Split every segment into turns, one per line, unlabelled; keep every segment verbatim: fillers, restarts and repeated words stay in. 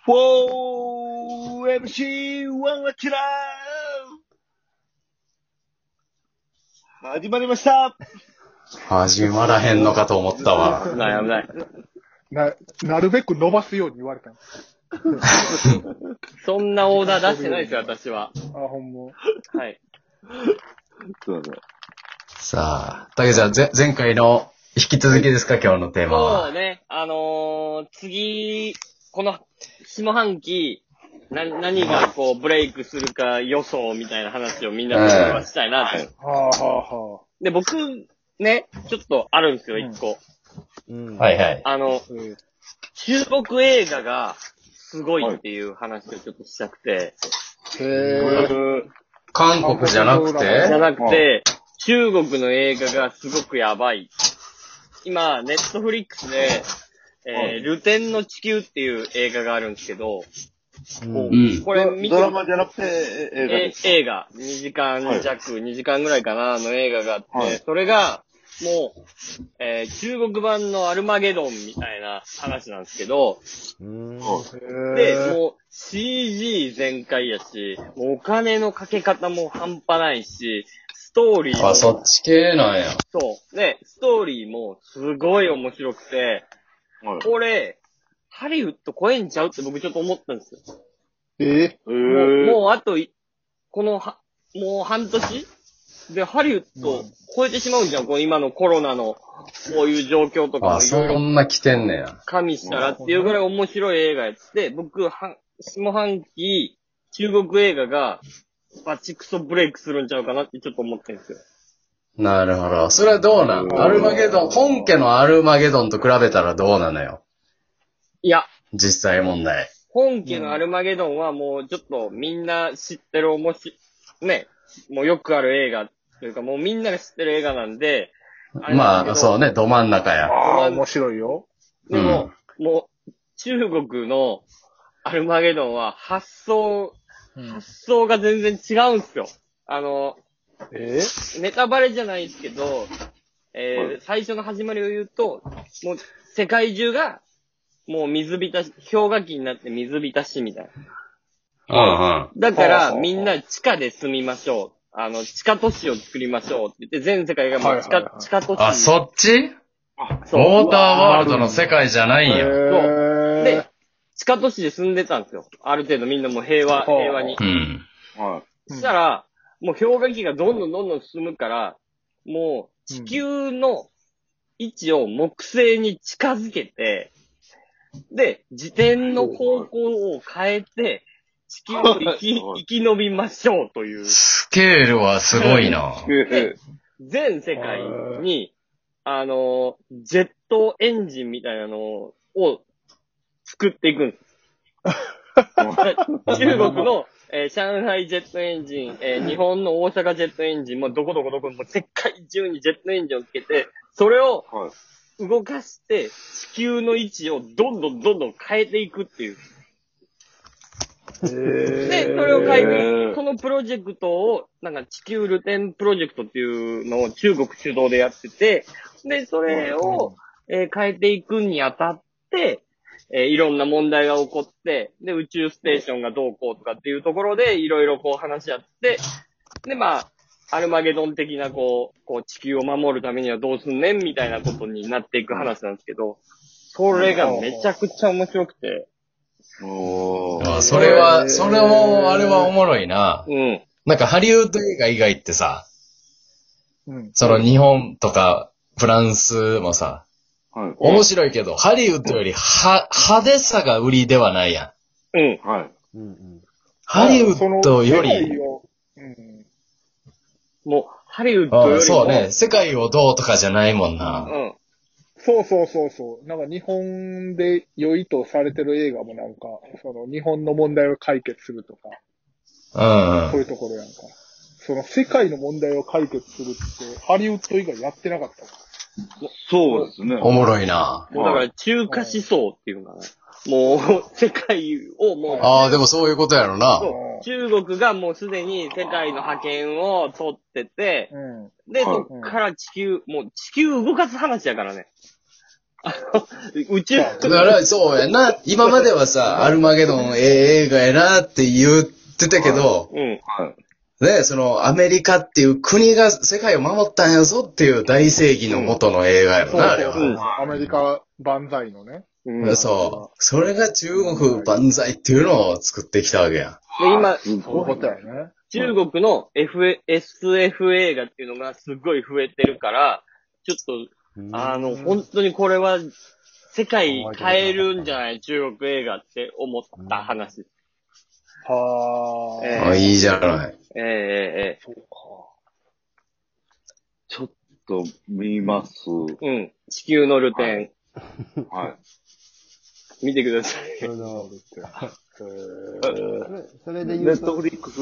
フォーエムシーワン はチラー始まりました。
始まらへんのかと思ったわ。
危ない危ない。
な、なるべく伸ばすように言われた。
そんなオーダー出してないですよ、私は。
あ、ほんま。
はい。すいません。
さあ、たけちゃん、ぜ前回の引き続きですか、今日のテーマは。
そうね、あのー、次、この下半期、な、何がこう、ブレイクするか予想みたいな話をみんなで話したいなと。
はあはあはあ。
で、僕、ね、ちょっとあるんですよ、一個。
うん、はいはい。
あの、うん、中国映画がすごいっていう話をちょっとしたくて。
へー。
韓国じゃなくて
じゃなくて、中国の映画がすごくやばい。今、ネットフリックスで、えー、ルテンの地球っていう映画があるんですけど、
うん、
これ見て、
ドラマじゃなくて映画ですか？
映画。にじかん弱、はい、にじかんぐらいかなの映画があって、はい、それが、もう、えー、中国版のアルマゲドンみたいな話なんですけど、
うーん
で、もう シージー 全開やし、もうお金のかけ方も半端ないし、ストーリーも。
あ、そっち系なんや。
そう。で、ストーリーもすごい面白くて、はい、これ、ハリウッド超えんちゃうって僕ちょっと思ったんですよ。
え
ー、もう、もうあと、このは、もう半年でハリウッド超えてしまうんじゃん、この今のコロナの、こういう状況とかも。
あ、そんな来てんねや。
加味したらっていうぐらい面白い映画やって、僕、は、下半期、中国映画が、バチクソブレイクするんちゃうかなってちょっと思ってるんですよ。
なるほど。それはどうなん？アルマゲドン、本家のアルマゲドンと比べたらどうなのよ。
いや。
実際問題。
本家のアルマゲドンはもうちょっとみんな知ってるおもし、ね、もうよくある映画というかもうみんなが知ってる映画なんで。
まあ、そうね、ど真ん中や。
ああ、面白いよ。
でも、うん、もう、中国のアルマゲドンは発想、うん、発想が全然違うんですよ。あの、
えー、
ネタバレじゃないですけど、えー、最初の始まりを言うと、もう世界中が、もう水浸し、氷河期になって水浸しみたい
な。うんうん。
だから、みんな地下で住みましょう。あの、地下都市を作りましょうって言って、全世界がもう地下、はいはいはい、地下都市。
あ、そっち？あ、そう。ウォーターワールドの世界じゃないんや。そう。
で、地下都市で住んでたんですよ。ある程度みんなもう平和、平和に。
うん。
はい。そしたら、もう氷河期がどんどんどんどん進むから、もう地球の位置を木星に近づけて、で、自転の方向を変えて、地球を生き、生き延びましょうという。
スケールはすごいな。
で、全世界に、あの、ジェットエンジンみたいなのを作っていくんです。中国の、えー、上海ジェットエンジン、えー、日本の大阪ジェットエンジンもどこどこどこも世界中にジェットエンジンをつけて、それを動かして地球の位置をどんどんどんどん変えていくっていう。で、それを変えて、このプロジェクトを、なんか地球ルテンプロジェクトっていうのを中国主導でやってて、で、それを、えー、変えていくにあたって、えー、いろんな問題が起こって、で、宇宙ステーションがどうこうとかっていうところで、いろいろこう話し合って、で、まあ、アルマゲドン的なこう、こう地球を守るためにはどうすんねんみたいなことになっていく話なんですけど、それがめちゃくちゃ面白くて。
おー。それは、それも、あれはおもろいな。
うん。
なんかハリウッド映画以外ってさ、
うん、
その日本とかフランスもさ、はい、面白いけど、ハリウッドよりは派手さが売りではないや
ん。うん。
はい。
うんうん、
ハリウッドより、
うん、
もう、ハリウッドよりも。
そうね、世界をどうとかじゃないもんな。
うん。
そうそうそうそう。なんか日本で良いとされてる映画もなんか、その日本の問題を解決するとか、
うん、うん。
そういうところやんか。その世界の問題を解決するって、ハリウッド以外やってなかったわ。
そうですね。
おもろいな。
もうだから中華思想っていうのかな。もう、世界をもう。
ああ、でもそういうことやろな。
そう。中国がもうすでに世界の覇権を取ってて、
うん、
で、そっから地球、もう地球動かす話やからね。 宇宙。だ
から、そうやな。今まではさ、アルマゲドン、ええ映画やなって言ってたけど、
うん。
ね、その、アメリカっていう国が世界を守ったんやぞっていう大正義の元の映画やろな、あれは。
うん。アメリカ万歳のね。
うん、そう。それが中国万歳っていうのを作ってきたわけや。
で、今、
そういうことやね。
中国の F、エスエフ 映画っていうのがすごい増えてるから、ちょっと、あの、本当にこれは世界変えるんじゃない中国映画って思った話。
は
あ、えー。あ、いいじゃない。
ええええ
そうか。
ちょっと見ます。
うん。地球のルテ
ン。はい。はい 、
見てください。
そのそれで
言うと。ネットフリックス。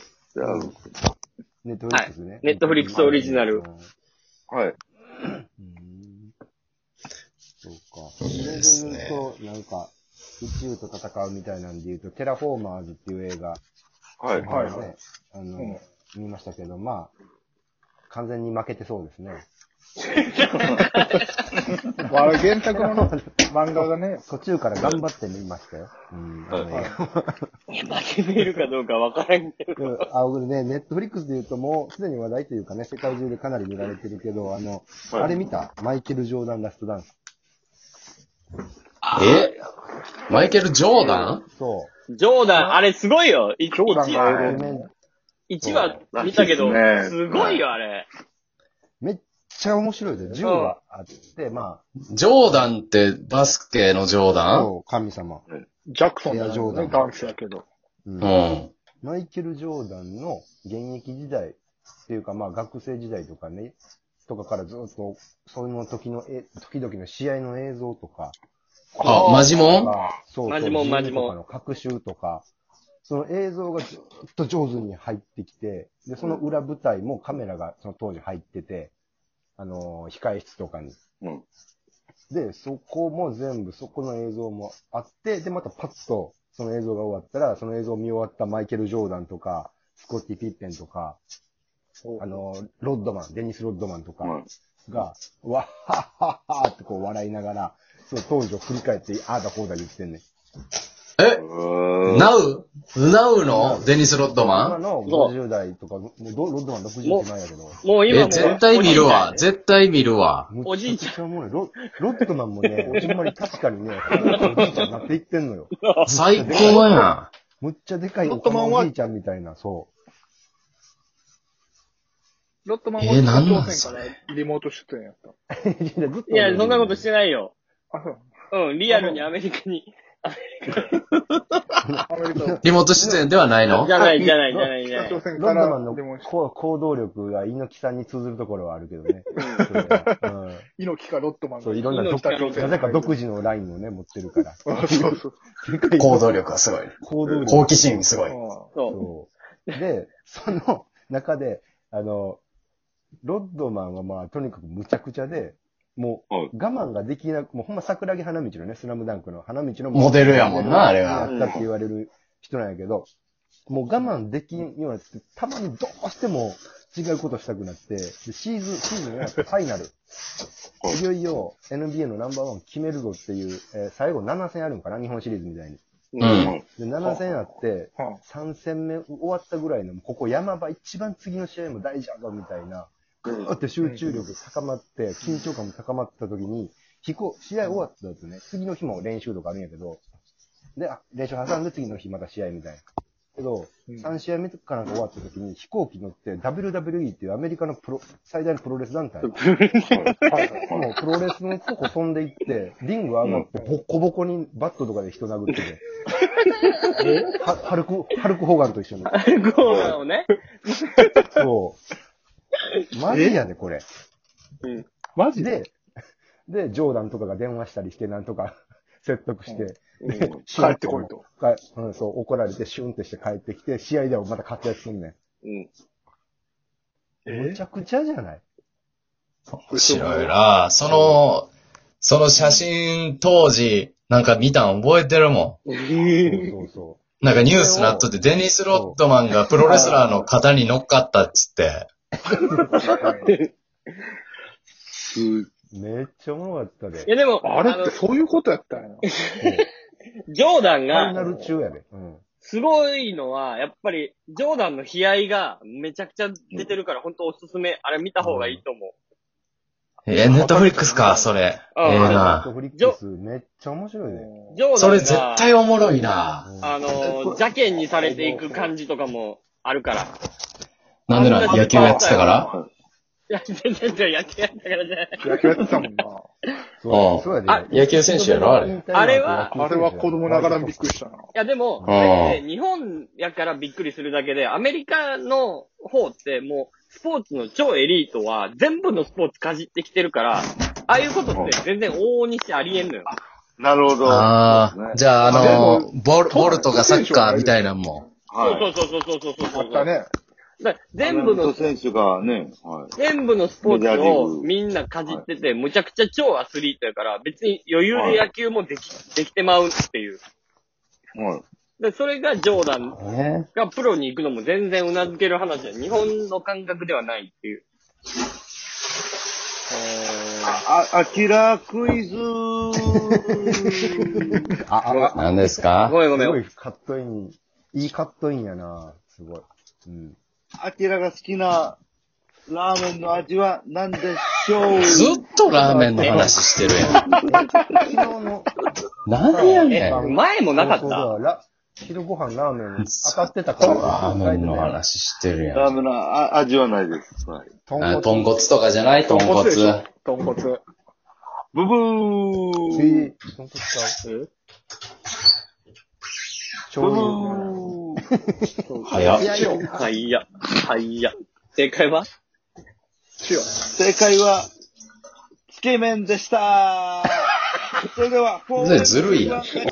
ネットフリックスね。
ネットフリックスオリジナル。
はい。
そうか。それで言うと、なんか、宇宙と戦うみたいなんで言うと、テラフォーマーズっていう映画。
はい。はい。
あの、うん、見ましたけど、まあ、完全に負けてそうですね。
あれ原作の漫画がね、
途中から頑張って見ましたよ。うん。
負け見るかどうかわからんけど。
あ、僕ね、ネットフリックスで言うともうすでに話題というかね、世界中でかなり見られてるけど、あの、はい、あれ見たマイケル・ジョーダン・ラストダンス。
えマイケル・ジョーダン
そう。
ジョーダン、あれすごいよ。
ジョーダンが
いちいちわ見たけど、すごいよ、あれ。
めっちゃ面白いで、じゅうわあって、まあ。
ジョーダンってバスケのジョーダン？
そう、神様。
ジャクソンのジョーダン。ダンスやけど。
うん。うん、マイケル・ジョーダンの現役時代っていうか、まあ学生時代とかね、とかからずっと、その時の、え、時々の試合の映像とか。
あ、マジモン？
そうそう。
マジモン、マジモン。
の各集とか、その映像がずっと上手に入ってきて、で、その裏舞台もカメラがその当時入ってて、あのー、控室とかに。うん。で、そこも全部、そこの映像もあって、で、またパッと、その映像が終わったら、その映像を見終わったマイケル・ジョーダンとか、スコッティ・ピッペンとか、あのー、ロッドマン、デニス・ロッドマンとかが、うん、わっはっはっはってこう笑いながら、その当時を振り返って、ああだこうだ言ってんね。
えナウナウのデニス・ロッドマン
今のごじゅう代とか、もうロッドマンろくじゅう手前やけど。
もう今も
え、絶対見るわ。絶対見るわ。
おじいちゃ
ん。ロッドマンもね、ほんまに確かにね、おじいちゃんになっていってんのよ。
最高や
ん。むっちゃでかいおかまおじいちゃんみたいな、そう。
ロッドマンは北朝鮮からリモート出演やった。
いや、そんなことしてないよ。あ、そう。うん、リアルにアメリカに。ア
メリカリモート出演ではないの？
じゃない、じゃない、じゃない、じゃない。
ロッドマンの行動力が猪木さんに通ずるところはあるけどね。
猪木かロッドマン
そう、いろんな独自、なぜか独自のラインをね、持ってるから。
そうそう。
行動力がすごい。行動力。好奇心すごい。
そう。で、その中で、あの、ロッドマンはまあ、とにかくむちゃくちゃで、もう、我慢ができなく、もうほんま桜木花道のね、スラムダンクの花道の
モデルやもんな、あれは。
やったって言われる人なんやけど、もう我慢できんようになって、たまにどうしても違うことしたくなって、でシーズン、シーズンやってファイナル。いよいよ エヌビーエー のナンバーワン決めるぞっていう、えー、最後なな戦あるんかな、日本シリーズみたいに。
うん。
で、なな戦あって、さん戦目終わったぐらいの、ここ山場一番次の試合も大事やぞみたいな。ぐーって集中力高まって、緊張感も高まった時に、飛行、試合終わった後ね、次の日も練習とかあるんやけど、で、練習挟んで次の日また試合みたいな。けど、さん試合目かなんか終わった時に飛行機乗って ダブリューダブリューイー っていうアメリカのプロ、最大のプロレス団体。もうプロレスのとこ飛んでいって、リング上がってボッコボコにバットとかで人殴ってて。えハルク、ハルク・ホーガンと一緒に。
ハルク・ホーガンをね。
そう。マジやで、これ。
うん。
マジ
で、で、ジョーダンとかが電話したりして、なんとか説得して、
うん、
で、
帰ってこいと。
うん、そう、怒られて、シュンってして帰ってきて、試合でもまた活躍すんね
ん。
うん。むちゃくちゃじゃない？
面白いな。その、その写真当時、なんか見たん覚えてるもん。
そうそうそう。
なんかニュースなっとって、デニス・ロッドマンがプロレスラーの肩に乗っかったっつって。
すっ
めっちゃおもろかったで。
いやでも、
あれってそういうことやったんやな。
ジョーダン
ファイナ
が、
ル中やで。うん。
すごいのは、やっぱり、ジョーダンの悲哀がめちゃくちゃ出てるから、本当おすすめ。あれ見た方がいいと思う。
え、ネットフリックスか、それ。ええ
うん
ネッ
な。
トフリックスめっちゃ面白いで。
ジョーダンが、
それ絶対おもろいな。
あの、邪険にされていく感じとかもあるから。
なんでなん野球やってたから
いや、全然違う、野球やったからじゃない。
野球やってたもんな。
そうそうやで。
あ
野球選手やろあれ。
あれは
あれは子供ながらびっくりしたな。
いや、でも、
うん
あれって日本やからびっくりするだけで、アメリカの方ってもう、スポーツの超エリートは全部のスポーツかじってきてるから、ああいうことって全然往々にしてありえんのよ。
なるほど。
ああ、じゃあ、あの
でも、
ボル、ボルとかサッカーみたいなのも。
はい。
そうそうそうそうそうそう。
あったね。
だから全部の、
選手がね、はい。
全部のスポーツをみんなかじってて、むちゃくちゃ超アスリートやから、別に余裕で野球もでき、できてまうっていう。
はい。
で、それがジョーダン
ね。
がプロに行くのも全然頷ける話で、日本の感覚ではないっていう。
あ、あきらクイズ
あ、あ、あ、
何ですか
ごめんごめん。
すごいカットイン。いいカットインやな。すごい。うん。
あきらが好きなラーメンの味は何でしょう？
ずっとラーメンの話してるやん。
昨日の、
何やね
え、
ん。
前もなかっ
そうだ
た
ラ昼ご飯ラーメン当たってたから。
ラーメンの話してるやん。
ラーメンのあ味はないです。はい。
あ豚骨とかじゃない豚骨。
でしょ豚骨。
ブブー
えー、豚骨ちゃう醤油。
早っ。
はいや。はいや。正解は
塩。
正解は、つけ麺でしたそれでは、
それずるいやん。